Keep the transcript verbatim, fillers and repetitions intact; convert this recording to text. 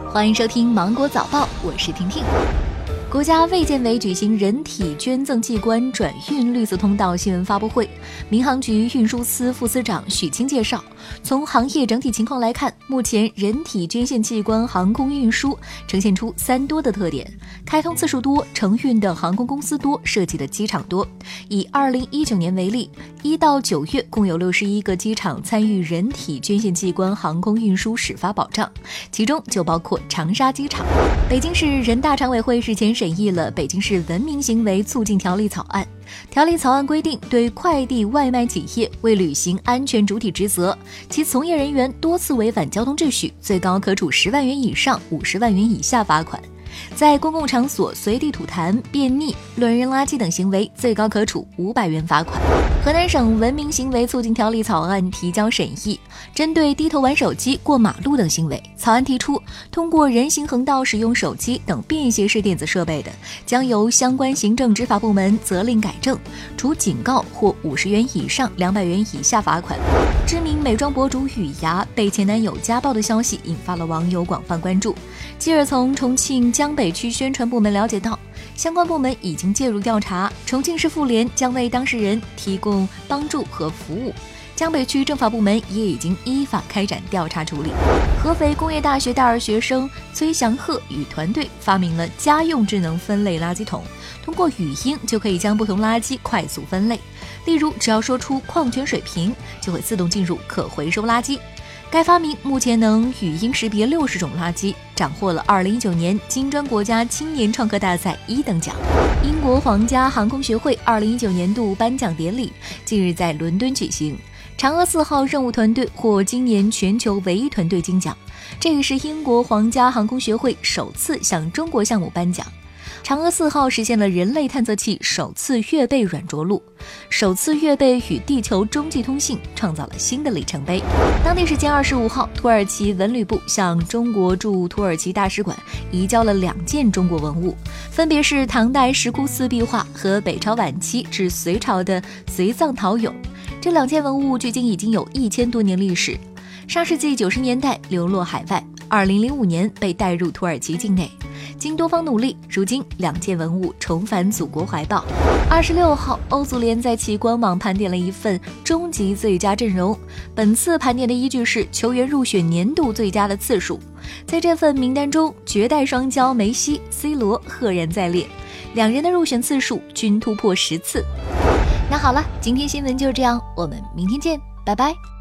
欢迎收听芒果早报，我是婷婷。国家卫健委举行人体捐赠器官转运绿色通道新闻发布会，民航局运输司副司长许清介绍，从行业整体情况来看，目前人体捐献器官航空运输呈现出三多的特点：开通次数多，承运的航空公司多，涉及的机场多。以二零一九年为例，一到九月共有六十一个机场参与人体捐献器官航空运输始发保障，其中就包括长沙机场。北京市人大常委会日前审议了《北京市文明行为促进条例》草案。条例草案规定，对快递外卖企业未履行安全主体职责，其从业人员多次违反交通秩序，最高可处十万元以上五十万元以下罚款。在公共场所随地吐痰、便溺、乱扔垃圾等行为，最高可处五百元罚款。河南省文明行为促进条例草案提交审议，针对低头玩手机、过马路等行为，草案提出，通过人行横道使用手机等便携式电子设备的，将由相关行政执法部门责令改正，处警告或五十元以上两百元以下罚款。知名美妆博主雨芽被前男友家暴的消息引发了网友广泛关注。继而从重庆江北区宣传部门了解到，相关部门已经介入调查，重庆市妇联将为当事人提供帮助和服务。江北区政法部门也已经依法开展调查处理。合肥工业大学大二学生崔祥鹤与团队发明了家用智能分类垃圾桶，通过语音就可以将不同垃圾快速分类。例如，只要说出矿泉水瓶，就会自动进入可回收垃圾。该发明目前能语音识别六十种垃圾，斩获了二零一九年金砖国家青年创客大赛一等奖。英国皇家航空学会二零一九年度颁奖典礼近日在伦敦举行，嫦娥四号任务团队获今年全球唯一团队金奖，这也是英国皇家航空学会首次向中国项目颁奖。嫦娥四号实现了人类探测器首次越背软着陆，首次越背与地球中继通信，创造了新的里程碑。当地时间二十五号，土耳其文旅部向中国驻土耳其大使馆移交了两件中国文物，分别是唐代石窟寺壁画和北朝晚期至隋朝的随葬陶俑。这两件文物距今已经有一千多年历史，上世纪九十年代流落海外，二零零五年被带入土耳其境内。经多方努力，如今两件文物重返祖国怀抱。二十六号，欧足联在其官网盘点了一份终极最佳阵容，本次盘点的依据是球员入选年度最佳的次数。在这份名单中，绝代双骄梅西、C 罗赫然在列，两人的入选次数均突破十次。那好了，今天新闻就这样，我们明天见，拜拜。